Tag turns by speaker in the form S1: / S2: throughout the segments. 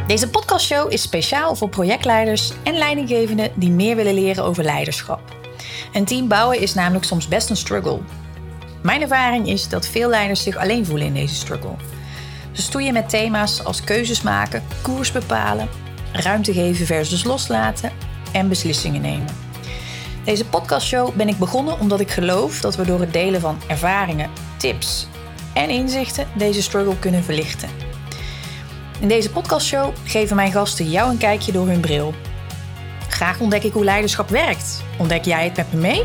S1: Deze podcastshow is speciaal voor projectleiders en leidinggevenden die meer willen leren over leiderschap. Een team bouwen is namelijk soms best een struggle. Mijn ervaring is dat veel leiders zich alleen voelen in deze struggle. Ze stoeien met thema's als keuzes maken, koers bepalen, ruimte geven versus loslaten en beslissingen nemen. Deze podcastshow ben ik begonnen omdat ik geloof dat we door het delen van ervaringen, tips en inzichten deze struggle kunnen verlichten. In deze podcastshow geven mijn gasten jou een kijkje door hun bril. Graag ontdek ik hoe leiderschap werkt. Ontdek jij het met me mee?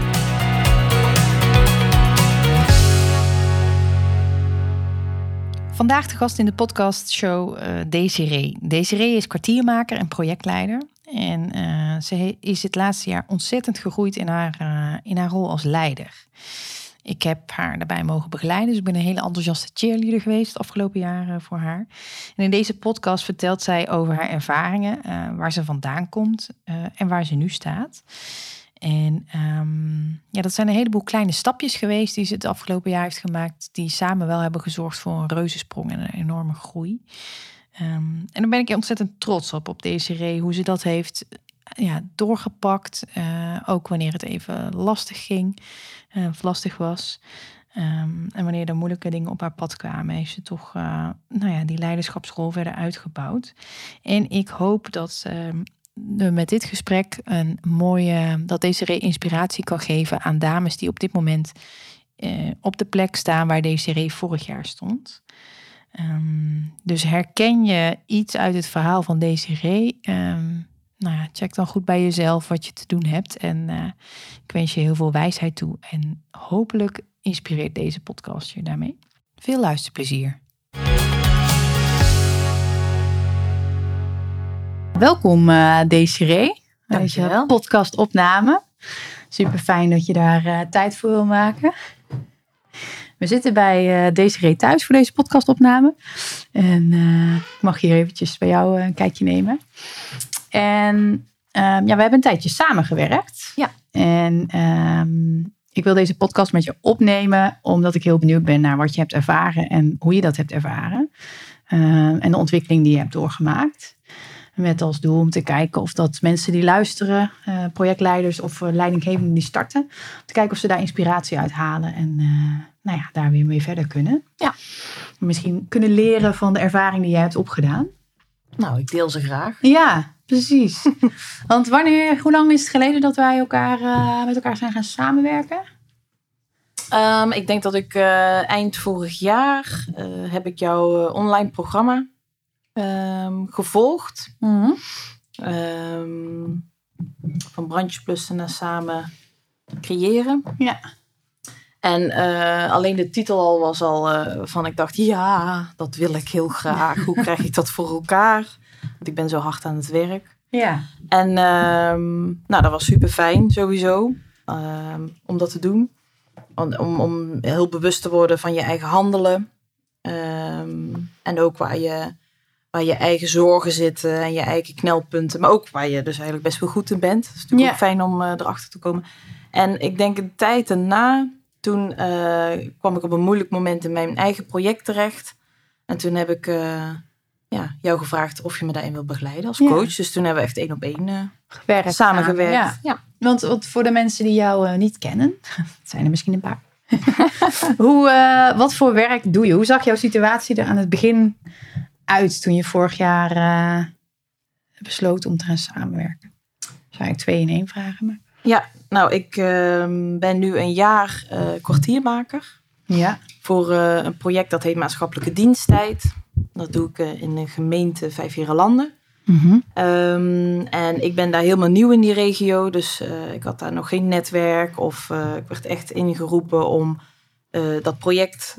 S1: Vandaag de gast in de podcastshow Desiree. Desiree is kwartiermaker en projectleider. En ze is het laatste jaar ontzettend gegroeid in haar rol als leider. Ik heb haar daarbij mogen begeleiden. Dus ik ben een hele enthousiaste cheerleader geweest het afgelopen jaar voor haar. En in deze podcast vertelt zij over haar ervaringen, waar ze vandaan komt en waar ze nu staat. En dat zijn een heleboel kleine stapjes geweest die ze het afgelopen jaar heeft gemaakt, die samen wel hebben gezorgd voor een reuzensprong en een enorme groei. En daar ben ik ontzettend trots op Desiree, hoe ze dat heeft doorgepakt. Ook wanneer het even lastig ging of lastig was. En wanneer er moeilijke dingen op haar pad kwamen, heeft ze toch die leiderschapsrol verder uitgebouwd. En ik hoop dat met dit gesprek dat Desiree inspiratie kan geven aan dames die op dit moment op de plek staan waar Desiree vorig jaar stond. Dus herken je iets uit het verhaal van Desiree? Check dan goed bij jezelf wat je te doen hebt. En ik wens je heel veel wijsheid toe. En hopelijk inspireert deze podcast je daarmee. Veel luisterplezier. Welkom Desiree. Deze podcastopname. Super fijn dat je daar tijd voor wil maken. We zitten bij Desiree thuis voor deze podcastopname. En ik mag hier eventjes bij jou een kijkje nemen. En we hebben een tijdje samengewerkt. Ja. En ik wil deze podcast met je opnemen, omdat ik heel benieuwd ben naar wat je hebt ervaren en hoe je dat hebt ervaren. En de ontwikkeling die je hebt doorgemaakt. Met als doel om te kijken of dat mensen die luisteren, projectleiders of leidinggevenden die starten, om te kijken of ze daar inspiratie uit halen en daar weer mee verder kunnen. Ja. Misschien kunnen leren van de ervaring die jij hebt opgedaan.
S2: Nou, ik deel ze graag.
S1: Ja, precies. Want hoe lang is het geleden dat wij met elkaar zijn gaan samenwerken?
S2: Ik denk dat ik eind vorig jaar heb ik jouw online programma gevolgd. Mm-hmm. Van brandjesplussen naar samen creëren. Ja. En alleen de titel al was van ik dacht, ja, dat wil ik heel graag. Hoe krijg ik dat voor elkaar? Want ik ben zo hard aan het werk. Ja. En dat was super fijn sowieso om dat te doen. Om heel bewust te worden van je eigen handelen. En ook waar je eigen zorgen zitten en je eigen knelpunten. Maar ook waar je dus eigenlijk best wel goed in bent. Het is natuurlijk ook fijn om erachter te komen. En ik denk een tijd daarna, toen kwam ik op een moeilijk moment in mijn eigen project terecht. En toen heb ik jou gevraagd of je me daarin wil begeleiden als coach. Dus toen hebben we echt 1-op-1 samengewerkt. Ja.
S1: Want voor de mensen die jou niet kennen, het zijn er misschien een paar. Wat voor werk doe je? Hoe zag jouw situatie er aan het begin uit toen je vorig jaar besloot om te gaan samenwerken? Zou ik 2 in 1 vragen? Maar...
S2: Ja, nou ik ben nu een jaar kwartiermaker. Ja. Voor een project dat heet Maatschappelijke Diensttijd. Dat doe ik in een gemeente 5 Mm-hmm. En ik ben daar helemaal nieuw in die regio. Dus ik had daar nog geen netwerk. Of ik werd echt ingeroepen om dat project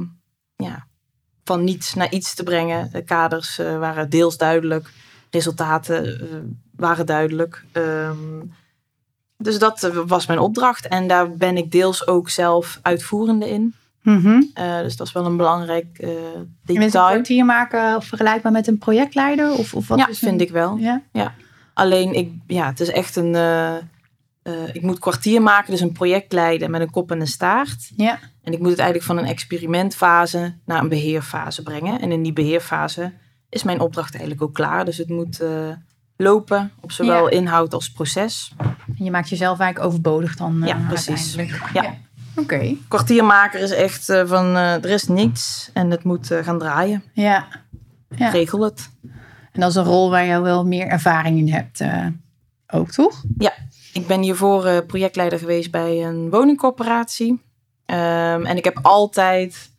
S2: van niets naar iets te brengen. De kaders waren deels duidelijk. Resultaten waren duidelijk. Dus dat was mijn opdracht. En daar ben ik deels ook zelf uitvoerende in. Mm-hmm. Dus dat is wel een belangrijk detail.
S1: Is een kwartier maken vergelijkbaar met een projectleider? Of wat
S2: ja, vind ik wel. Ja. Alleen, het is echt ik moet kwartier maken, dus een project leiden met een kop en een staart. Ja. En ik moet het eigenlijk van een experimentfase naar een beheerfase brengen. En in die beheerfase is mijn opdracht eigenlijk ook klaar. Dus het moet lopen op zowel inhoud als proces.
S1: En je maakt jezelf eigenlijk overbodig dan
S2: precies.
S1: Ja. Oké.
S2: Kwartiermaker is echt van er is niets en het moet gaan draaien.
S1: Ja.
S2: Regel het.
S1: En dat is een rol waar je wel meer ervaring in hebt ook, toch?
S2: Ja, ik ben hiervoor projectleider geweest bij een woningcorporatie. En ik heb altijd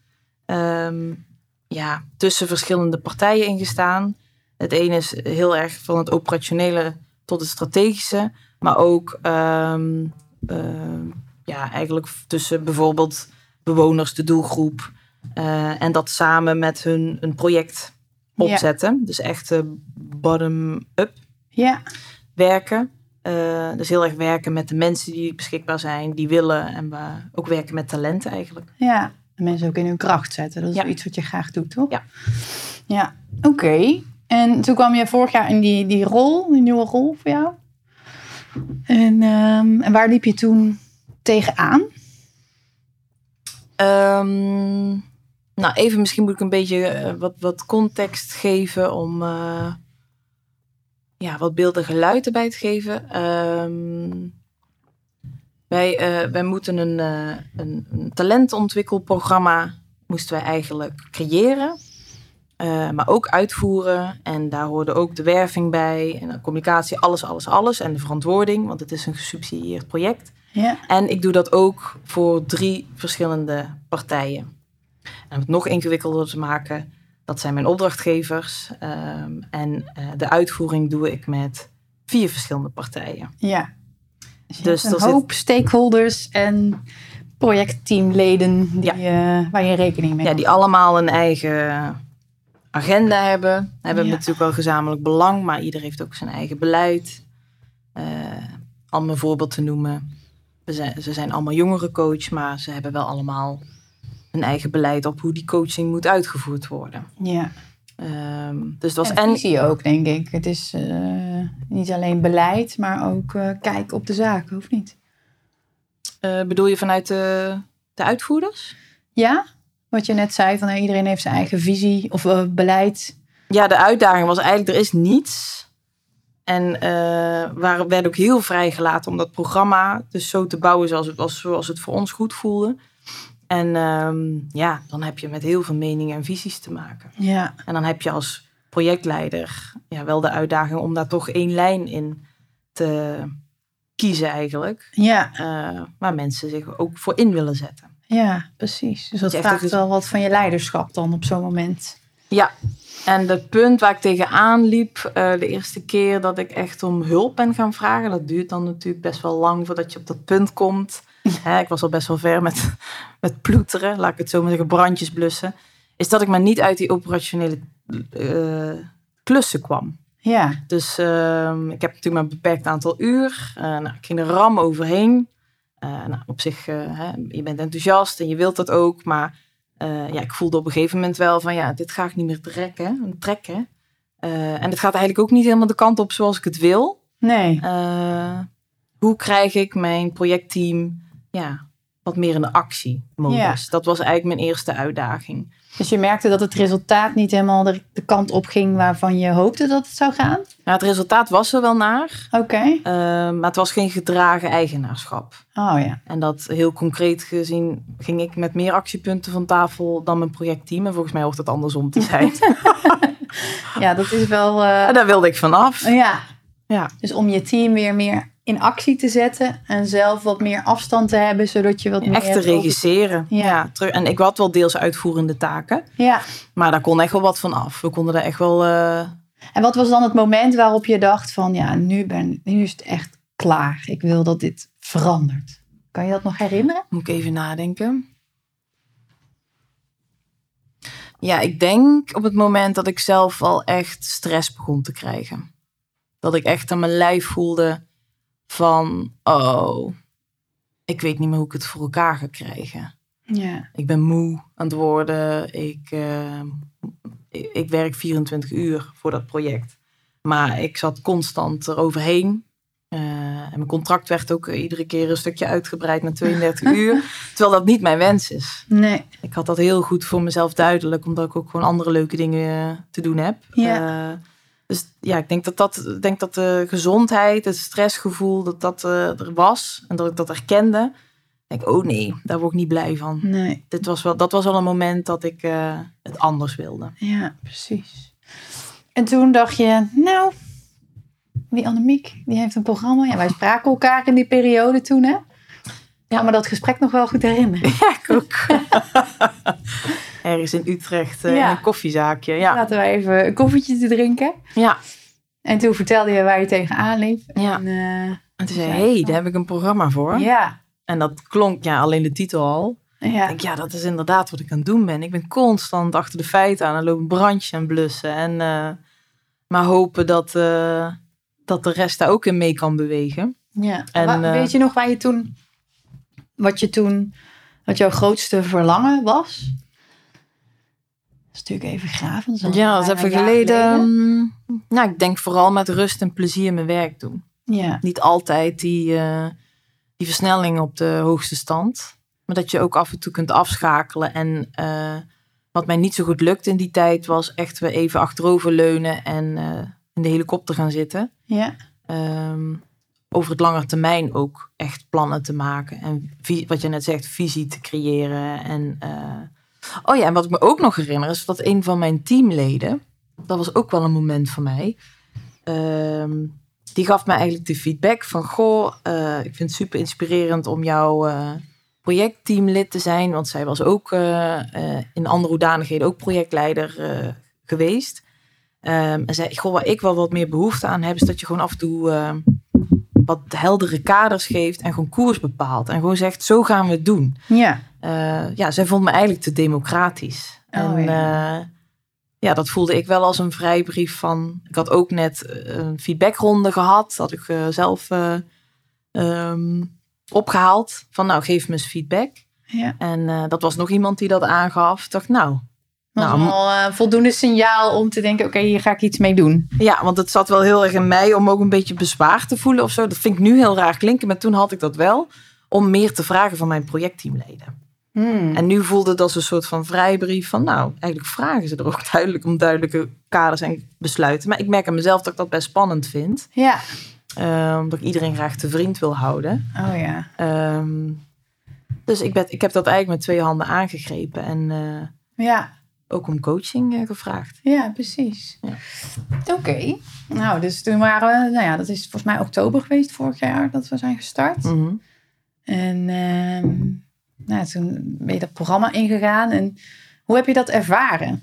S2: tussen verschillende partijen ingestaan. Het ene is heel erg van het operationele tot het strategische. Maar ook eigenlijk tussen bijvoorbeeld bewoners, de doelgroep. En dat samen met hun een project opzetten. Ja. Dus echt bottom-up werken. Dus heel erg werken met de mensen die beschikbaar zijn, die willen. En ook werken met talenten eigenlijk.
S1: Ja, en mensen ook in hun kracht zetten. Dat is iets wat je graag doet, toch?
S2: Ja.
S1: Oké. En toen kwam je vorig jaar in die nieuwe rol voor jou. En waar liep je toen tegenaan?
S2: Even misschien moet ik een beetje wat context geven om wat beeld en geluid erbij te geven. Wij moeten een talentontwikkelprogramma moesten wij eigenlijk creëren. Maar ook uitvoeren. En daar hoorde ook de werving bij. En de communicatie, alles. En de verantwoording, want het is een gesubsidieerd project.
S1: Ja.
S2: En ik doe dat ook voor 3 verschillende partijen. En om het nog ingewikkelder te maken, dat zijn mijn opdrachtgevers. En de uitvoering doe ik met 4 verschillende partijen.
S1: Ja. Dus een hoop stakeholders en projectteamleden waar je rekening mee hebt.
S2: Ja, die allemaal een eigen agenda hebben. Hebben natuurlijk wel gezamenlijk belang, maar ieder heeft ook zijn eigen beleid. Om een voorbeeld te noemen. Ze zijn allemaal jongerencoach, maar ze hebben wel allemaal een eigen beleid op hoe die coaching moet uitgevoerd worden.
S1: Ja.
S2: Dus dat was
S1: en visie ook, denk ik. Het is niet alleen beleid, maar ook kijken op de zaken, of niet?
S2: Bedoel je vanuit de uitvoerders?
S1: Ja, wat je net zei, van iedereen heeft zijn eigen visie of beleid.
S2: Ja, de uitdaging was eigenlijk, er is niets. En we werden ook heel vrijgelaten om dat programma dus zo te bouwen zoals het voor ons goed voelde. En dan heb je met heel veel meningen en visies te maken.
S1: Ja.
S2: En dan heb je als projectleider wel de uitdaging om daar toch 1 lijn in te kiezen eigenlijk.
S1: Ja.
S2: Waar mensen zich ook voor in willen zetten.
S1: Ja, precies. Dus dat vraagt wel wat van je leiderschap dan op zo'n moment.
S2: Ja. En het punt waar ik tegenaan liep, de eerste keer dat ik echt om hulp ben gaan vragen, dat duurt dan natuurlijk best wel lang voordat je op dat punt komt. Ik was al best wel ver met ploeteren, laat ik het zo maar zeggen, brandjes blussen. Is dat ik maar niet uit die operationele klussen kwam.
S1: Ja.
S2: Dus ik heb natuurlijk maar een beperkt aantal uur. Ik ging er ram overheen. Op zich, je bent enthousiast en je wilt dat ook, maar ik voelde op een gegeven moment wel van dit ga ik niet meer trekken. En het gaat eigenlijk ook niet helemaal de kant op zoals ik het wil.
S1: Nee.
S2: Hoe krijg ik mijn projectteam wat meer in de actiemodus? Ja. Dat was eigenlijk mijn eerste uitdaging.
S1: Dus je merkte dat het resultaat niet helemaal de kant op ging waarvan je hoopte dat het zou gaan?
S2: Ja, het resultaat was er wel naar.
S1: Oké.
S2: Maar het was geen gedragen eigenaarschap.
S1: Oh ja.
S2: En dat heel concreet gezien ging ik met meer actiepunten van tafel dan mijn projectteam. En volgens mij hoort het andersom te zijn.
S1: Ja, dat is wel...
S2: En daar wilde ik vanaf.
S1: Ja. Dus om je team weer meer in actie te zetten en zelf wat meer afstand te hebben, zodat je wat meer...
S2: Echt te regisseren. Ja. En ik had wel deels uitvoerende taken.
S1: Ja.
S2: Maar daar kon echt wel wat van af. We konden daar echt wel...
S1: En wat was dan het moment waarop je dacht van, nu is het echt klaar. Ik wil dat dit verandert. Kan je dat nog herinneren?
S2: Moet ik even nadenken. Ja, ik denk op het moment dat ik zelf al echt stress begon te krijgen. Dat ik echt aan mijn lijf voelde van, ik weet niet meer hoe ik het voor elkaar ga krijgen.
S1: Ja.
S2: Ik ben moe aan het worden. Ik werk 24 uur voor dat project. Maar ik zat constant eroverheen. En mijn contract werd ook iedere keer een stukje uitgebreid naar 32 uur. Terwijl dat niet mijn wens is.
S1: Nee.
S2: Ik had dat heel goed voor mezelf duidelijk. Omdat ik ook gewoon andere leuke dingen te doen heb.
S1: Ja.
S2: Dus ja, ik denk dat de gezondheid, het stressgevoel, dat er was. En dat ik dat erkende. Ik denk, oh nee, daar word ik niet blij van.
S1: Nee.
S2: Dat was wel een moment dat ik het anders wilde.
S1: Ja, precies. En toen dacht je, nou, die Annemiek, die heeft een programma. Ja, wij spraken elkaar in die periode toen, hè? Ja, maar dat gesprek nog wel goed herinneren.
S2: Ja, ik ook. Ergens in Utrecht, in een koffiezaakje. Ja.
S1: Laten we even een koffietje te drinken.
S2: Ja.
S1: En toen vertelde je waar je tegenaan liep.
S2: Ja. En toen zei je, daar heb ik een programma voor.
S1: Ja.
S2: En dat klonk, alleen de titel al.
S1: Ja.
S2: Ik denk, dat is inderdaad wat ik aan het doen ben. Ik ben constant achter de feiten aan. En loop een brandje en blussen. En maar hopen dat de rest daar ook in mee kan bewegen.
S1: Ja. En, weet je nog wat jouw grootste verlangen was? Dat is natuurlijk even graven.
S2: Ja, dat is even geleden. Ik denk vooral met rust en plezier mijn werk doen.
S1: Ja.
S2: Niet altijd die versnelling op de hoogste stand. Maar dat je ook af en toe kunt afschakelen. En wat mij niet zo goed lukte in die tijd was echt weer even achterover leunen en in de helikopter gaan zitten.
S1: Ja.
S2: Over het lange termijn ook echt plannen te maken. En wat je net zegt, visie te creëren. En en wat ik me ook nog herinner is dat een van mijn teamleden, dat was ook wel een moment voor mij. Die gaf mij eigenlijk de feedback van, ik vind het super inspirerend om jouw projectteamlid te zijn. Want zij was ook in andere hoedanigheden ook projectleider geweest. En zei, waar ik wel wat meer behoefte aan heb, is dat je gewoon af en toe wat heldere kaders geeft en gewoon koers bepaalt. En gewoon zegt, zo gaan we het doen.
S1: Ja.
S2: Zij vond me eigenlijk te democratisch. Dat voelde ik wel als een vrijbrief van. Ik had ook net een feedbackronde gehad. Dat ik zelf opgehaald. Van geef me eens feedback.
S1: Ja.
S2: En dat was nog iemand die dat aangaf. Ik dacht,
S1: dat was wel een voldoende signaal om te denken, oké, hier ga ik iets mee doen.
S2: Ja, want het zat wel heel erg in mij om ook een beetje bezwaar te voelen of zo. Dat vind ik nu heel raar klinken, maar toen had ik dat wel. Om meer te vragen van mijn projectteamleden. En nu voelde dat als een soort van vrijbrief van, eigenlijk vragen ze er ook duidelijk om duidelijke kaders en besluiten. Maar ik merk aan mezelf dat ik dat best spannend vind.
S1: Ja.
S2: Omdat ik iedereen graag te vriend wil houden.
S1: Oh ja.
S2: Dus ik heb dat eigenlijk met 2 handen aangegrepen. En ook om coaching gevraagd.
S1: Ja, precies. Ja. Oké. Nou, dus toen waren we, dat is volgens mij oktober geweest vorig jaar dat we zijn gestart.
S2: Mm-hmm.
S1: En toen ben je dat programma ingegaan. En hoe heb je dat ervaren?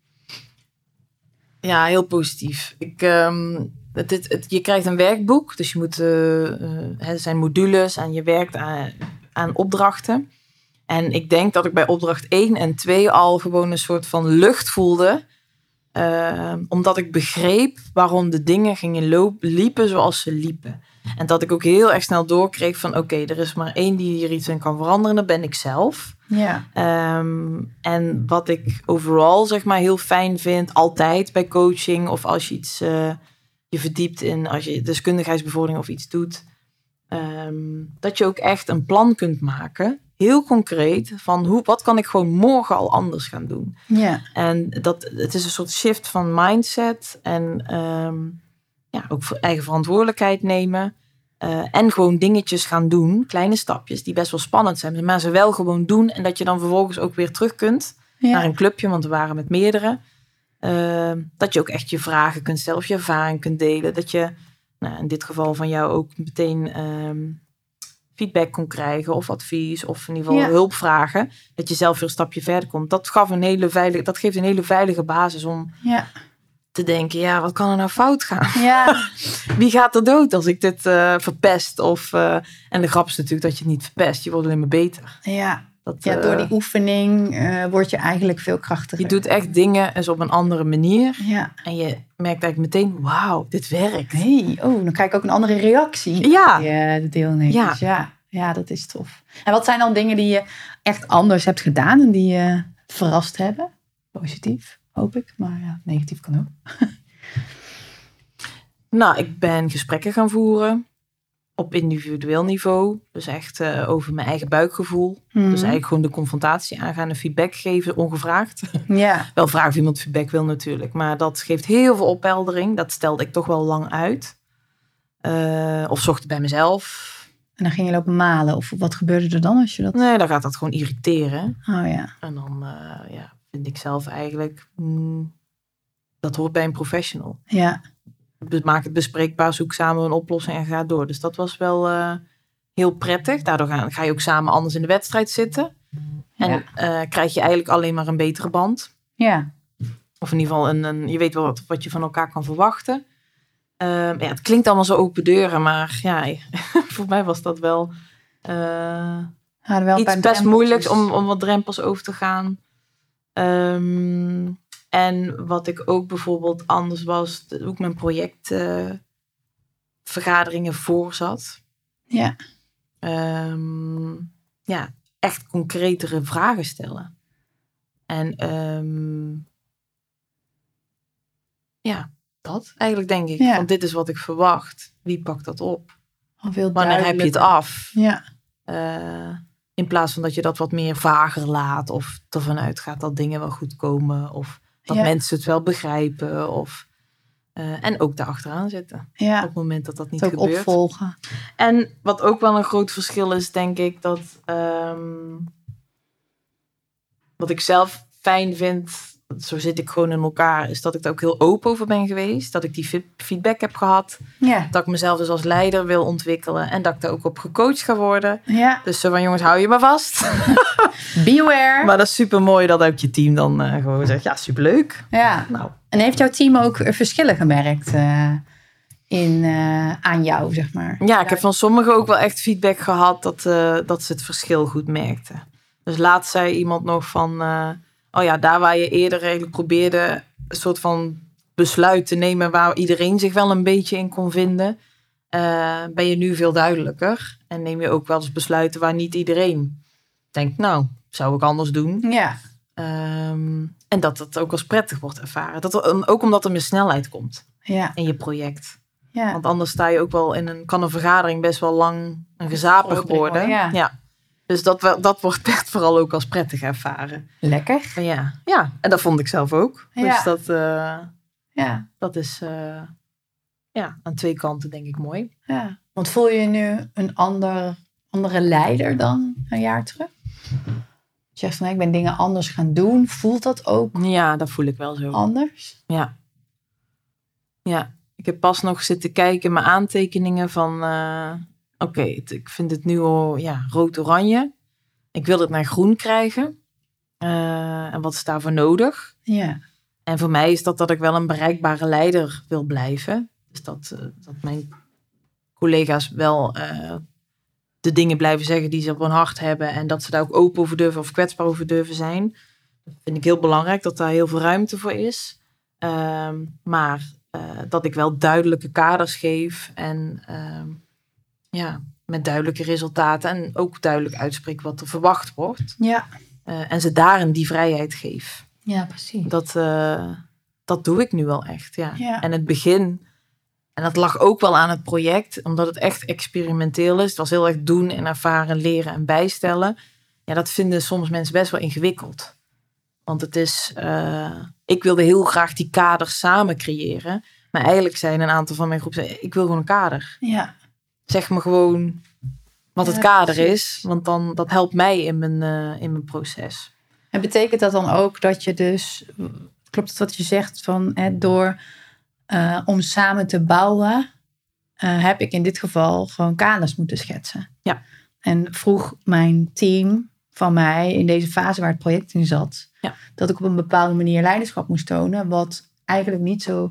S2: Ja, heel positief. Je krijgt een werkboek. Dus je moet, er zijn modules en je werkt aan opdrachten. En ik denk dat ik bij opdracht 1 en 2 al gewoon een soort van lucht voelde. Omdat ik begreep waarom de dingen liepen zoals ze liepen. En dat ik ook heel erg snel doorkreeg van oké, er is maar 1 die hier iets in kan veranderen. Dat ben ik zelf.
S1: Ja.
S2: En wat ik overal zeg maar heel fijn vind, altijd bij coaching of als je iets je verdiept in, als je deskundigheidsbevordering of iets doet. Dat je ook echt een plan kunt maken. Heel concreet van wat kan ik gewoon morgen al anders gaan doen.
S1: Ja.
S2: En het is een soort shift van mindset. En ook eigen verantwoordelijkheid nemen. En gewoon dingetjes gaan doen. Kleine stapjes die best wel spannend zijn. Maar ze wel gewoon doen. En dat je dan vervolgens ook weer terug kunt naar een clubje. Want we waren met meerdere. Dat je ook echt je vragen kunt stellen. Of je ervaring kunt delen. Dat je in dit geval van jou ook meteen feedback kon krijgen. Of advies. Of in ieder geval hulp vragen. Dat je zelf weer een stapje verder komt. Dat geeft een hele veilige basis om te denken. Wat kan er nou fout gaan?
S1: Ja.
S2: Wie gaat er dood als ik dit verpest? En de grap is natuurlijk dat je het niet verpest. Je wordt alleen maar beter.
S1: Ja. Door die oefening word je eigenlijk veel krachtiger.
S2: Je doet echt dingen eens op een andere manier.
S1: Ja.
S2: En je merkt eigenlijk meteen, wauw, dit werkt.
S1: Dan krijg ik ook een andere reactie.
S2: Ja.
S1: De deelnemers. Ja, dat is tof. En wat zijn dan dingen die je echt anders hebt gedaan en die je verrast hebben? Positief, hoop ik. Maar negatief kan ook.
S2: Ik ben gesprekken gaan voeren. op individueel niveau. Dus echt over mijn eigen buikgevoel.
S1: Mm.
S2: Dus eigenlijk gewoon de confrontatie aangaan en feedback geven, ongevraagd.
S1: Ja.
S2: Wel vragen of iemand feedback wil natuurlijk. Maar dat geeft heel veel opheldering. Dat stelde ik toch wel lang uit. Of zocht het bij mezelf.
S1: En dan ging je lopen malen. Of wat gebeurde er dan als je dat...
S2: Nee, dan gaat dat gewoon irriteren.
S1: Oh ja.
S2: En dan vind ik zelf eigenlijk... dat hoort bij een professional.
S1: Ja.
S2: Maak het bespreekbaar, zoek samen een oplossing en ga door. Dus dat was wel heel prettig. Daardoor ga je ook samen anders in de wedstrijd zitten. En krijg je eigenlijk alleen maar een betere band.
S1: Ja.
S2: Of in ieder geval, je weet wel wat je van elkaar kan verwachten. Het klinkt allemaal zo open deuren, maar voor mij was dat wel,
S1: wel
S2: iets best moeilijks om wat drempels over te gaan. En wat ik ook bijvoorbeeld anders was, ook mijn projectvergaderingen voorzat.
S1: Ja.
S2: Echt concretere vragen stellen. En dat eigenlijk denk ik.
S1: Ja.
S2: Want dit is wat ik verwacht. Wie pakt dat op?
S1: Wanneer
S2: heb je het af?
S1: Ja.
S2: In plaats van dat je dat wat meer vager laat. Of ervan uitgaat dat dingen wel goed komen. Of dat mensen het wel begrijpen. En ook daarachteraan zitten.
S1: Ja.
S2: Op het moment dat dat niet
S1: het ook
S2: gebeurt.
S1: Opvolgen.
S2: En wat ook wel een groot verschil is, denk ik, dat wat ik zelf fijn vind, zo zit ik gewoon in elkaar, is dat ik er ook heel open over ben geweest. Dat ik die feedback heb gehad.
S1: Ja.
S2: Dat ik mezelf dus als leider wil ontwikkelen. En dat ik daar ook op gecoacht ga worden.
S1: Ja.
S2: Dus zo van, jongens, hou je maar vast.
S1: Beware.
S2: Maar dat is super mooi dat ook je team dan gewoon zegt, ja, superleuk.
S1: Ja.
S2: Nou.
S1: En heeft jouw team ook verschillen gemerkt aan jou, zeg maar?
S2: Ja, ik heb van sommigen ook wel echt feedback gehad dat ze het verschil goed merkten. Dus laatst zei iemand nog van, daar waar je eerder eigenlijk probeerde een soort van besluit te nemen waar iedereen zich wel een beetje in kon vinden, ben je nu veel duidelijker. En neem je ook wel eens besluiten waar niet iedereen denkt, nou, zou ik anders doen.
S1: Ja.
S2: En dat het ook als prettig wordt ervaren. Ook omdat er meer snelheid komt in je project.
S1: Ja.
S2: Want anders sta je ook wel kan een vergadering best wel lang een gezapig worden. Ja. Dus dat wordt echt vooral ook als prettig ervaren.
S1: Lekker.
S2: Ja, en dat vond ik zelf ook.
S1: Ja.
S2: Dus dat is aan twee kanten denk ik mooi.
S1: Ja. Want voel je nu een andere leider dan een jaar terug? Je zegt van, ik ben dingen anders gaan doen. Voelt dat ook?
S2: Ja, dat voel ik wel zo.
S1: Anders?
S2: Ja. Ik heb pas nog zitten kijken, mijn aantekeningen van... ik vind het nu al rood-oranje. Ik wil het naar groen krijgen. En wat is daarvoor nodig?
S1: Ja.
S2: En voor mij is dat ik wel een bereikbare leider wil blijven. Dus dat mijn collega's wel de dingen blijven zeggen die ze op hun hart hebben. En dat ze daar ook open over durven of kwetsbaar over durven zijn. Dat vind ik heel belangrijk, dat daar heel veel ruimte voor is. Maar dat ik wel duidelijke kaders geef. En met duidelijke resultaten. En ook duidelijk uitspreek wat er verwacht wordt.
S1: Ja.
S2: En ze daarin die vrijheid geef.
S1: Ja, precies.
S2: Dat doe ik nu wel echt,
S1: Ja.
S2: En het begin, en dat lag ook wel aan het project, omdat het echt experimenteel is. Het was heel erg doen en ervaren, leren en bijstellen. Ja, dat vinden soms mensen best wel ingewikkeld. Want het is, ik wilde heel graag die kaders samen creëren. Maar eigenlijk zijn een aantal van mijn groep, ik wil gewoon een kader.
S1: Ja.
S2: Zeg me gewoon wat het kader is, want dan dat helpt mij in mijn proces.
S1: En betekent dat dan ook dat je dus, klopt het wat je zegt, van om samen te bouwen, heb ik in dit geval gewoon kaders moeten schetsen.
S2: Ja.
S1: En vroeg mijn team van mij in deze fase waar het project in zat, dat ik op een bepaalde manier leiderschap moest tonen, wat eigenlijk niet zo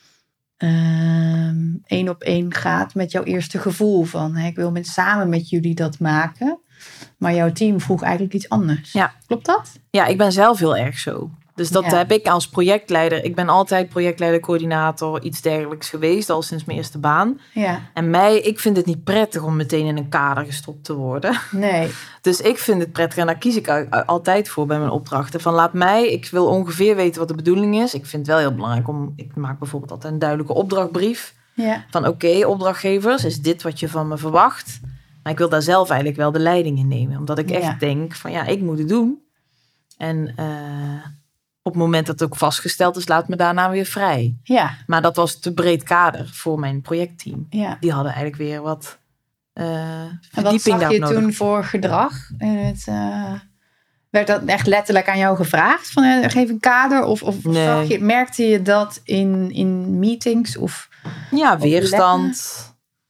S1: 1 op 1 gaat met jouw eerste gevoel van, ik wil samen met jullie dat maken. Maar jouw team vroeg eigenlijk iets anders.
S2: Ja.
S1: Klopt dat?
S2: Ja, ik ben zelf heel erg zo. Dus dat heb ik als projectleider. Ik ben altijd projectleider, coördinator, iets dergelijks geweest, al sinds mijn eerste baan.
S1: Ja.
S2: En ik vind het niet prettig om meteen in een kader gestopt te worden.
S1: Nee.
S2: Dus ik vind het prettig en daar kies ik altijd voor bij mijn opdrachten. Van ik wil ongeveer weten wat de bedoeling is. Ik vind het wel heel belangrijk ik maak bijvoorbeeld altijd een duidelijke opdrachtbrief. Ja. Van oké, opdrachtgevers, is dit wat je van me verwacht? Maar ik wil daar zelf eigenlijk wel de leiding in nemen. Omdat ik echt denk van ik moet het doen. En op het moment dat het ook vastgesteld is, laat me daarna weer vrij. Ja. Maar dat was te breed kader voor mijn projectteam. Ja. Die hadden eigenlijk weer wat verdieping
S1: en wat zag je
S2: nodig.
S1: Toen voor gedrag? Werd dat echt letterlijk aan jou gevraagd? Van geef een kader? Of
S2: nee.
S1: Merkte je dat in meetings?
S2: Ja, weerstand.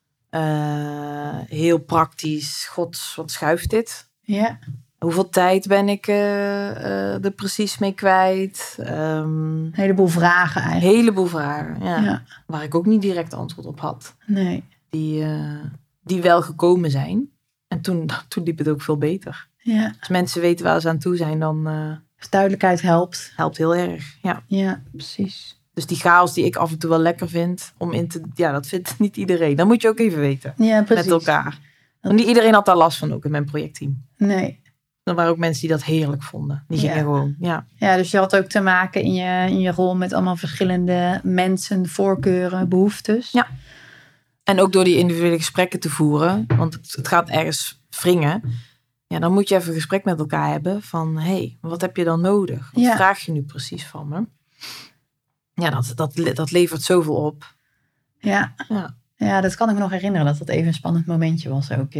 S2: Heel praktisch. God, wat schuift dit? Ja. Hoeveel tijd ben ik er precies mee kwijt?
S1: Een heleboel vragen eigenlijk.
S2: Een heleboel vragen, ja. Waar ik ook niet direct antwoord op had.
S1: Nee.
S2: Die wel gekomen zijn. En toen liep het ook veel beter. Ja. Als mensen weten waar ze aan toe zijn, dan...
S1: duidelijkheid helpt.
S2: Helpt heel erg, ja.
S1: Ja, precies.
S2: Dus die chaos die ik af en toe wel lekker vind, dat vindt niet iedereen. Dat moet je ook even weten.
S1: Ja, precies.
S2: Met elkaar. Want niet iedereen had daar last van ook in mijn projectteam.
S1: Nee.
S2: Er waren ook mensen die dat heerlijk vonden. Die gingen gewoon,
S1: Ja, dus je had ook te maken in je rol met allemaal verschillende mensen, voorkeuren, behoeftes.
S2: Ja. En ook door die individuele gesprekken te voeren. Want het gaat ergens wringen. Ja, dan moet je even een gesprek met elkaar hebben. Van, wat heb je dan nodig? Wat vraag je nu precies van me? Ja, dat levert zoveel op.
S1: Ja. Ja, dat kan ik me nog herinneren. Dat even een spannend momentje was ook.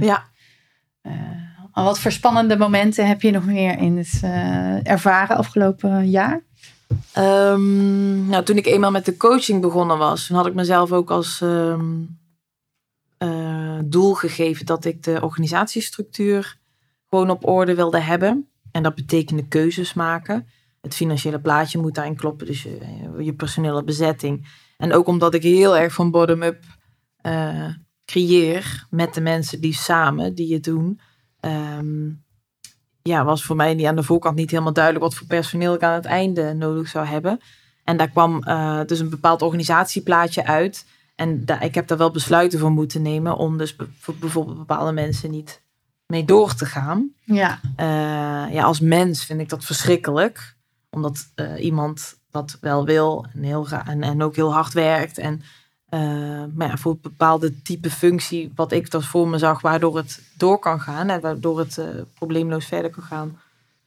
S1: Wat voor spannende momenten heb je nog meer in het ervaren afgelopen jaar?
S2: Toen ik eenmaal met de coaching begonnen was, toen had ik mezelf ook als doel gegeven dat ik de organisatiestructuur gewoon op orde wilde hebben. En dat betekende keuzes maken. Het financiële plaatje moet daarin kloppen, dus je personele bezetting. En ook omdat ik heel erg van bottom-up creëer met de mensen die samen, die het doen. Was voor mij aan de voorkant niet helemaal duidelijk wat voor personeel ik aan het einde nodig zou hebben. En daar kwam dus een bepaald organisatieplaatje uit. En ik heb daar wel besluiten voor moeten nemen om dus voor bijvoorbeeld bepaalde mensen niet mee door te gaan. Ja. Als mens vind ik dat verschrikkelijk. Omdat iemand dat wel wil en ook heel hard werkt. En voor een bepaalde type functie wat ik dat voor me zag, waardoor het door kan gaan en waardoor het probleemloos verder kan gaan.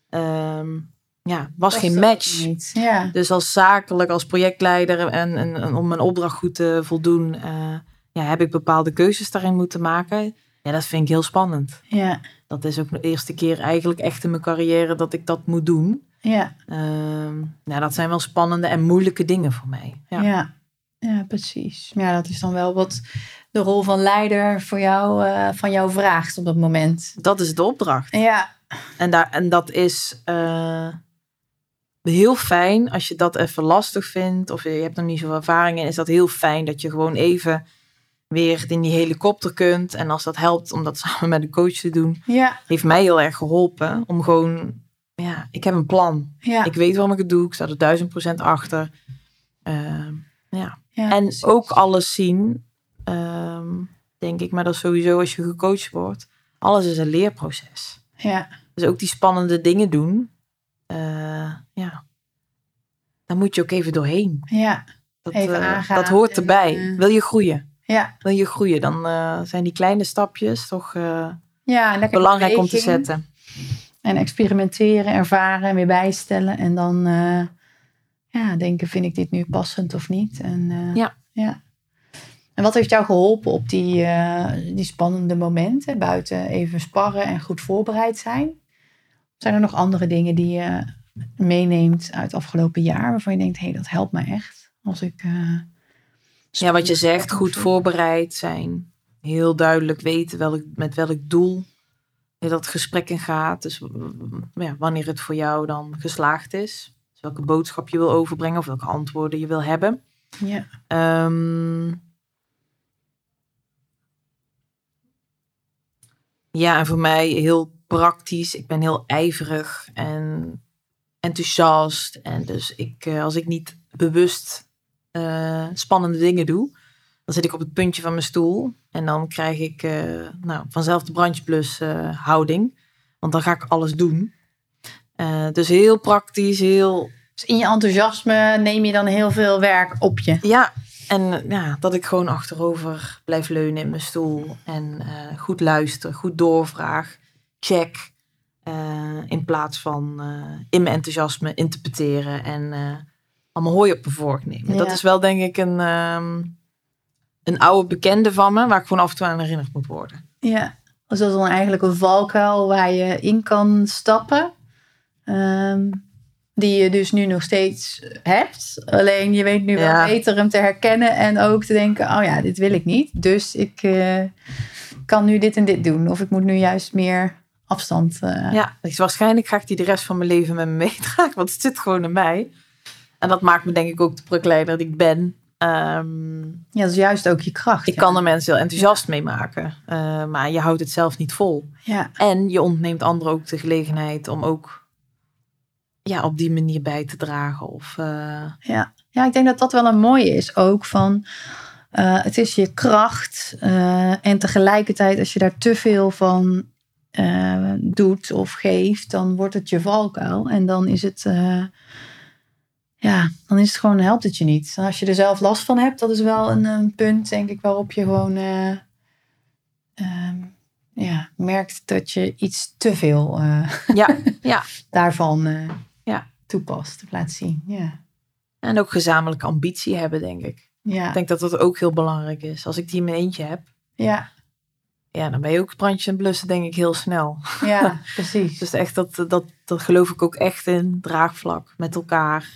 S2: Was geen match.
S1: Ja.
S2: Dus als zakelijk, als projectleider en om mijn opdracht goed te voldoen, heb ik bepaalde keuzes daarin moeten maken. Ja, dat vind ik heel spannend. Ja. Dat is ook de eerste keer eigenlijk echt in mijn carrière dat ik dat moet doen. Ja. Dat zijn wel spannende en moeilijke dingen voor mij.
S1: Ja, precies. Ja, dat is dan wel wat de rol van leider voor jou, van jou vraagt op dat moment.
S2: Dat is de opdracht.
S1: Ja.
S2: En dat is heel fijn als je dat even lastig vindt of je hebt er niet zoveel ervaring in, is dat heel fijn dat je gewoon even weer in die helikopter kunt. En als dat helpt om dat samen met een coach te doen, heeft mij heel erg geholpen om gewoon, ik heb een plan. Ja. Ik weet waarom ik het doe. Ik sta er 1000% achter. En precies. Ook alles zien, denk ik, maar dat is sowieso als je gecoacht wordt. Alles is een leerproces.
S1: Ja.
S2: Dus ook die spannende dingen doen, daar moet je ook even doorheen.
S1: Ja, even aangaan.
S2: Dat hoort erbij. Wil je groeien?
S1: Ja.
S2: Wil je groeien, dan zijn die kleine stapjes toch belangrijk om te zetten.
S1: En experimenteren, ervaren en weer bijstellen. En dan denken, vind ik dit nu passend of niet? En, ja. En wat heeft jou geholpen op die spannende momenten? Buiten even sparren en goed voorbereid zijn. Zijn er nog andere dingen die je meeneemt uit het afgelopen jaar? Waarvan je denkt, dat helpt me echt. Als ik...
S2: wat je zegt, goed voorbereid zijn. Heel duidelijk weten met welk doel je dat gesprek in gaat. Dus wanneer het voor jou dan geslaagd is. Dus welke boodschap je wil overbrengen of welke antwoorden je wil hebben.
S1: Ja.
S2: En voor mij heel praktisch. Ik ben heel ijverig en enthousiast. En dus als ik niet bewust spannende dingen doe, dan zit ik op het puntje van mijn stoel. En dan krijg ik vanzelf de brandjeplus houding. Want dan ga ik alles doen. Dus heel praktisch, heel...
S1: Dus in je enthousiasme neem je dan heel veel werk op je.
S2: Ja, En dat ik gewoon achterover blijf leunen in mijn stoel. En goed luister, goed doorvraag, check. In plaats van in mijn enthousiasme interpreteren en allemaal hooi op mijn vork nemen. Ja. Dat is wel denk ik een oude bekende van me, waar ik gewoon af en toe aan herinnerd moet worden.
S3: Ja, dus dat is dan eigenlijk een valkuil waar je in kan stappen. Die je dus nu nog steeds hebt. Alleen je weet nu wel beter hem te herkennen en ook te denken, oh ja, dit wil ik niet. Dus ik kan nu dit en dit doen. Of ik moet nu juist meer afstand.
S2: Dus waarschijnlijk ga ik die de rest van mijn leven met me meedragen. Want het zit gewoon in mij. En dat maakt me denk ik ook de projectleider die ik ben.
S3: Dat is juist ook je kracht.
S2: Ik kan er mensen heel enthousiast mee maken. Maar je houdt het zelf niet vol.
S3: Ja.
S2: En je ontneemt anderen ook de gelegenheid om ook op die manier bij te dragen. Of,
S3: Ja, ik denk dat dat wel een mooie is ook van het is je kracht en tegelijkertijd als je daar te veel van doet of geeft, dan wordt het je valkuil en dan is het dan is het gewoon, helpt het je niet. Als je er zelf last van hebt, dat is wel een punt denk ik waarop je gewoon merkt dat je iets te veel daarvan toepast of laat zien. Ja.
S2: En ook gezamenlijke ambitie hebben, denk ik.
S3: Ja.
S2: Ik denk dat dat ook heel belangrijk is. Als ik die in mijn eentje heb, dan ben je ook brandjes en blussen, denk ik, heel snel.
S3: Ja, precies.
S2: Dus echt, dat geloof ik ook echt in. Draagvlak met elkaar.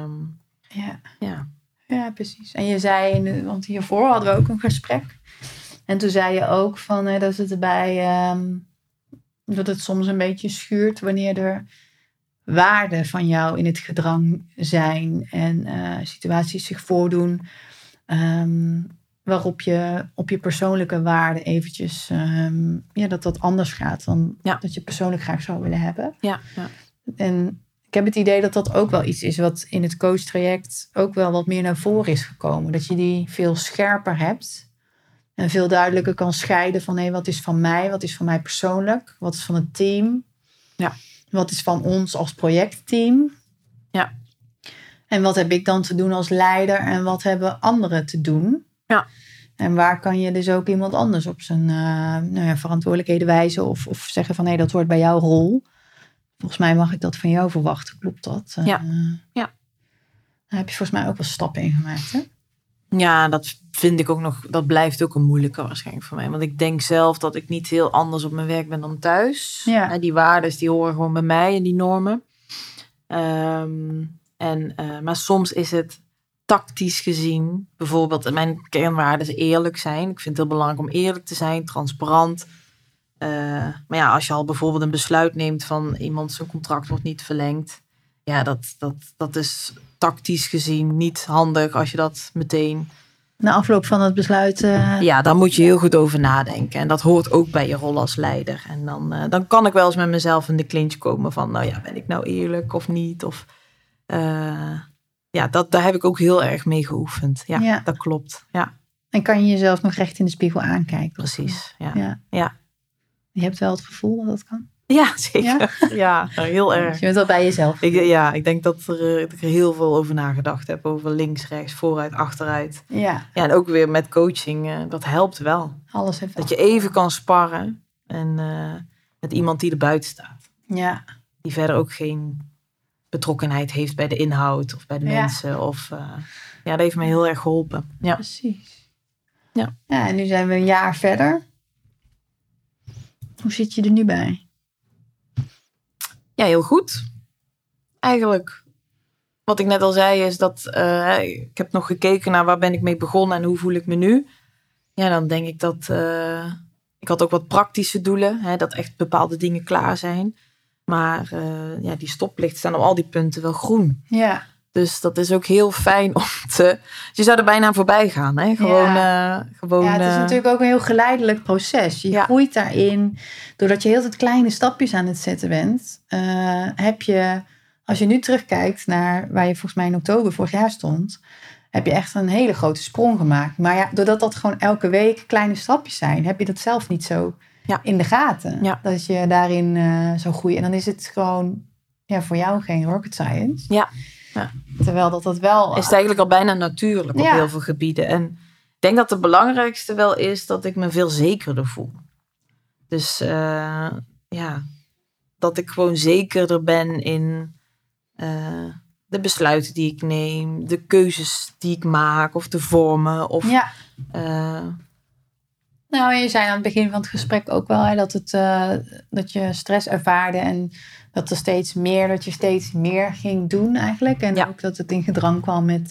S3: Ja, precies. En je zei, want hiervoor hadden we ook een gesprek. En toen zei je ook van dat het erbij dat het soms een beetje schuurt wanneer er waarden van jou in het gedrang zijn en situaties zich voordoen waarop je op je persoonlijke waarden eventjes dat anders gaat dan dat je persoonlijk graag zou willen hebben.
S2: Ja.
S3: En ik heb het idee dat dat ook wel iets is wat in het coachtraject ook wel wat meer naar voren is gekomen. Dat je die veel scherper hebt en veel duidelijker kan scheiden van wat is van mij, wat is van mij persoonlijk, wat is van het team.
S2: Ja.
S3: Wat is van ons als projectteam?
S2: Ja.
S3: En wat heb ik dan te doen als leider? En wat hebben anderen te doen?
S2: Ja.
S3: En waar kan je dus ook iemand anders op zijn verantwoordelijkheden wijzen? Of zeggen van dat hoort bij jouw rol. Volgens mij mag ik dat van jou verwachten. Klopt dat?
S2: Ja.
S3: Daar heb je volgens mij ook wel stappen in gemaakt, hè?
S2: Ja, dat vind ik ook nog, dat blijft ook een moeilijke waarschijnlijk voor mij. Want ik denk zelf dat ik niet heel anders op mijn werk ben dan thuis.
S3: Ja.
S2: Die waarden die horen gewoon bij mij en die normen. Maar soms is het tactisch gezien, bijvoorbeeld mijn kernwaarden is eerlijk zijn. Ik vind het heel belangrijk om eerlijk te zijn, transparant. Maar als je al bijvoorbeeld een besluit neemt van iemand zijn contract wordt niet verlengd. Ja, dat is tactisch gezien niet handig als je dat meteen...
S3: Na afloop van het besluit...
S2: Ja, daar moet je heel goed over nadenken. En dat hoort ook bij je rol als leider. En dan kan ik wel eens met mezelf in de clinch komen van... ben ik nou eerlijk of niet? Of, daar heb ik ook heel erg mee geoefend. Ja. Dat klopt. Ja.
S3: En kan je jezelf nog recht in de spiegel aankijken?
S2: Precies,
S3: ja. Je hebt wel het gevoel dat dat kan?
S2: Ja, zeker. Ja, heel erg.
S3: Je bent wel bij jezelf.
S2: Ik denk dat ik er heel veel over nagedacht heb. Over links, rechts, vooruit, achteruit.
S3: Ja.
S2: En ook weer met coaching. Dat helpt wel.
S3: Alles heeft
S2: dat je even kan sparren. En met iemand die er buiten staat.
S3: Ja.
S2: Die verder ook geen betrokkenheid heeft bij de inhoud. Of bij de mensen. Of, dat heeft mij heel erg geholpen. Ja.
S3: Precies.
S2: Ja.
S3: En nu zijn we een jaar verder. Hoe zit je er nu bij?
S2: Ja, heel goed. Eigenlijk, wat ik net al zei, is dat ik heb nog gekeken naar waar ben ik mee begonnen en hoe voel ik me nu. Ja, dan denk ik dat ik had ook wat praktische doelen, dat echt bepaalde dingen klaar zijn. Maar die stoplichten staan op al die punten wel groen.
S3: Ja.
S2: Dus dat is ook heel fijn om te... Je zou er bijna aan voorbij gaan. Hè? Gewoon,
S3: het is natuurlijk ook een heel geleidelijk proces. Je groeit daarin. Doordat je heel veel kleine stapjes aan het zetten bent. Heb je, als je nu terugkijkt naar waar je volgens mij in oktober vorig jaar stond. Heb je echt een hele grote sprong gemaakt. Maar doordat dat gewoon elke week kleine stapjes zijn. Heb je dat zelf niet zo in de gaten. Ja. Dat je daarin zo groeit. En dan is het gewoon voor jou geen rocket science.
S2: Ja. Ja.
S3: Terwijl dat wel...
S2: Is het eigenlijk al bijna natuurlijk op heel veel gebieden. En ik denk dat het belangrijkste wel is dat ik me veel zekerder voel. Dus dat ik gewoon zekerder ben in de besluiten die ik neem, de keuzes die ik maak of de vormen. Of,
S3: Nou, je zei aan het begin van het gesprek ook wel dat je stress ervaarde en dat je steeds meer ging doen eigenlijk. En ook dat het in gedrang kwam met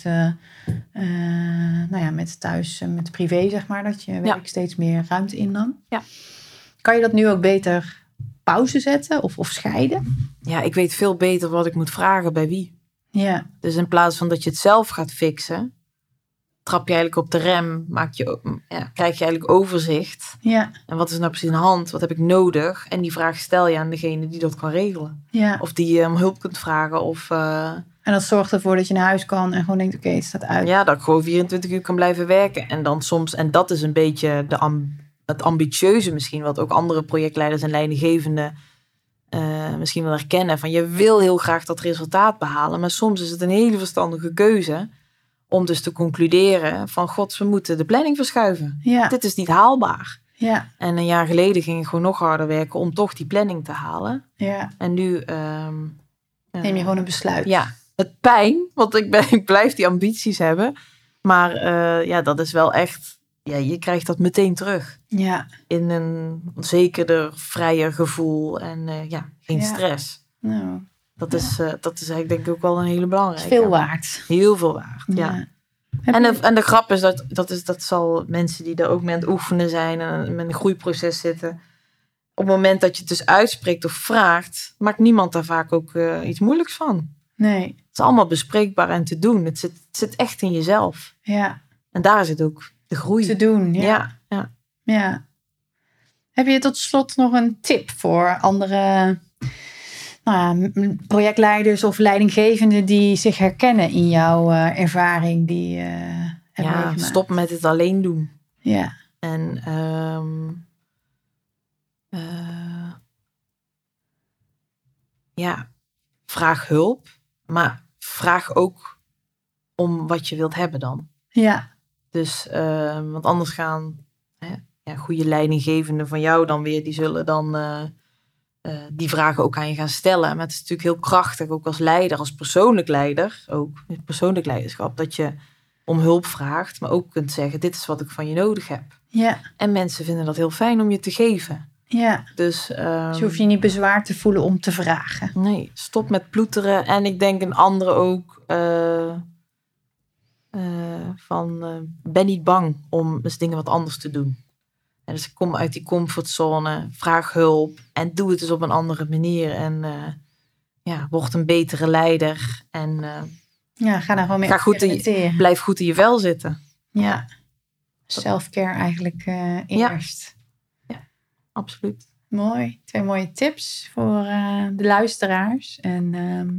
S3: thuis, met privé zeg maar, dat je werk steeds meer ruimte innam.
S2: Ja.
S3: Kan je dat nu ook beter pauze zetten of scheiden?
S2: Ja, ik weet veel beter wat ik moet vragen bij wie.
S3: Ja.
S2: Dus in plaats van dat je het zelf gaat fixen, trap je eigenlijk op de rem, krijg je eigenlijk overzicht.
S3: Ja.
S2: En wat is nou precies aan de hand? Wat heb ik nodig? En die vraag stel je aan degene die dat kan regelen.
S3: Ja.
S2: Of die je om hulp kunt vragen.
S3: En dat zorgt ervoor dat je naar huis kan en gewoon denkt, oké, het staat uit.
S2: Ja, dat ik gewoon 24 uur kan blijven werken. En dan soms, en dat is een beetje het ambitieuze misschien, wat ook andere projectleiders en leidinggevenden misschien wel herkennen. Van je wil heel graag dat resultaat behalen, maar soms is het een hele verstandige keuze om dus te concluderen van we moeten de planning verschuiven.
S3: Ja.
S2: Dit is niet haalbaar.
S3: Ja.
S2: En een jaar geleden ging ik gewoon nog harder werken om toch die planning te halen.
S3: Ja.
S2: En nu
S3: neem je gewoon een besluit.
S2: Ja, het pijn, want ik blijf die ambities hebben. Maar dat is wel echt, je krijgt dat meteen terug.
S3: Ja.
S2: In een zekerder, vrijer gevoel en geen stress.
S3: Nou.
S2: Dat is eigenlijk denk ik ook wel een hele belangrijke.
S3: Veel waard.
S2: Heel veel waard, ja. En de grap is dat zal mensen die er ook mee aan het oefenen zijn en met een groeiproces zitten. Op het moment dat je het dus uitspreekt of vraagt, maakt niemand daar vaak ook iets moeilijks van.
S3: Nee.
S2: Het is allemaal bespreekbaar en te doen. Het zit echt in jezelf.
S3: Ja.
S2: En daar zit ook de groei.
S3: Te doen, ja. Heb je tot slot nog een tip voor andere projectleiders of leidinggevenden die zich herkennen in jouw ervaring die hebben meegemaakt?
S2: Stop met het alleen doen.
S3: Ja.
S2: En vraag hulp, maar vraag ook om wat je wilt hebben dan.
S3: Ja.
S2: Dus, want anders gaan goede leidinggevenden van jou dan weer, die zullen dan die vragen ook aan je gaan stellen. Maar het is natuurlijk heel krachtig, ook als leider, als persoonlijk leider, ook met persoonlijk leiderschap, dat je om hulp vraagt, maar ook kunt zeggen, dit is wat ik van je nodig heb.
S3: Ja.
S2: En mensen vinden dat heel fijn om je te geven.
S3: Ja.
S2: Dus
S3: je hoeft je niet bezwaar te voelen om te vragen.
S2: Nee, stop met ploeteren. En ik denk een andere ook ben niet bang om eens dingen wat anders te doen. En dus kom uit die comfortzone, vraag hulp en doe het dus op een andere manier. En word een betere leider. En
S3: ga daar gewoon mee experimenteren.
S2: Blijf goed in je vel zitten.
S3: Ja, self-care eigenlijk eerst.
S2: Ja, absoluut.
S3: Mooi. 2 mooie tips voor de luisteraars. En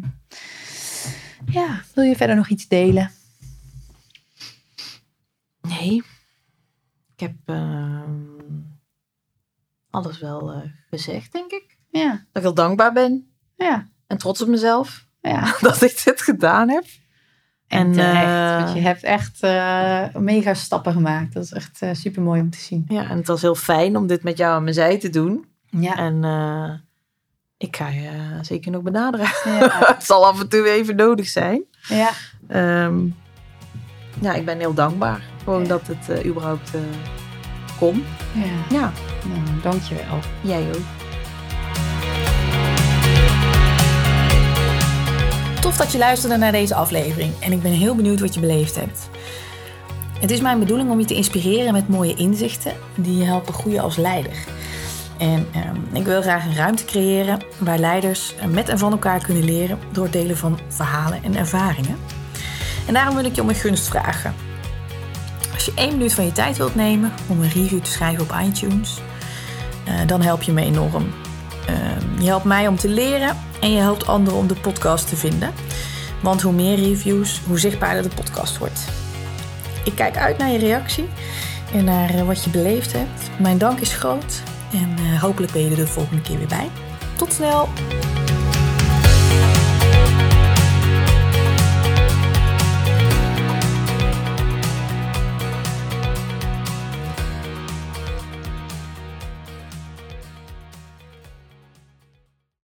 S3: wil je verder nog iets delen?
S2: Nee. Ik heb alles wel gezegd, denk ik.
S3: Ja.
S2: Dat ik heel dankbaar ben.
S3: Ja.
S2: En trots op mezelf.
S3: Ja.
S2: Dat ik dit gedaan heb.
S3: En terecht, want je hebt echt mega stappen gemaakt. Dat is echt super mooi om te zien.
S2: Ja, en het was heel fijn om dit met jou aan mijn zij te doen.
S3: Ja.
S2: En ik ga je zeker nog benaderen. Ja. Het zal af en toe even nodig zijn.
S3: Ja.
S2: Ik ben heel dankbaar. Gewoon dat het überhaupt kon.
S3: Ja. Nou, dankjewel.
S2: Jij ook.
S1: Tof dat je luisterde naar deze aflevering en ik ben heel benieuwd wat je beleefd hebt. Het is mijn bedoeling om je te inspireren met mooie inzichten die je helpen groeien als leider. En ik wil graag een ruimte creëren waar leiders met en van elkaar kunnen leren door het delen van verhalen en ervaringen. En daarom wil ik je om een gunst vragen. Als je 1 minuut van je tijd wilt nemen om een review te schrijven op iTunes, dan help je me enorm. Je helpt mij om te leren en je helpt anderen om de podcast te vinden. Want hoe meer reviews, hoe zichtbaarder de podcast wordt. Ik kijk uit naar je reactie en naar wat je beleefd hebt. Mijn dank is groot en hopelijk ben je er de volgende keer weer bij. Tot snel!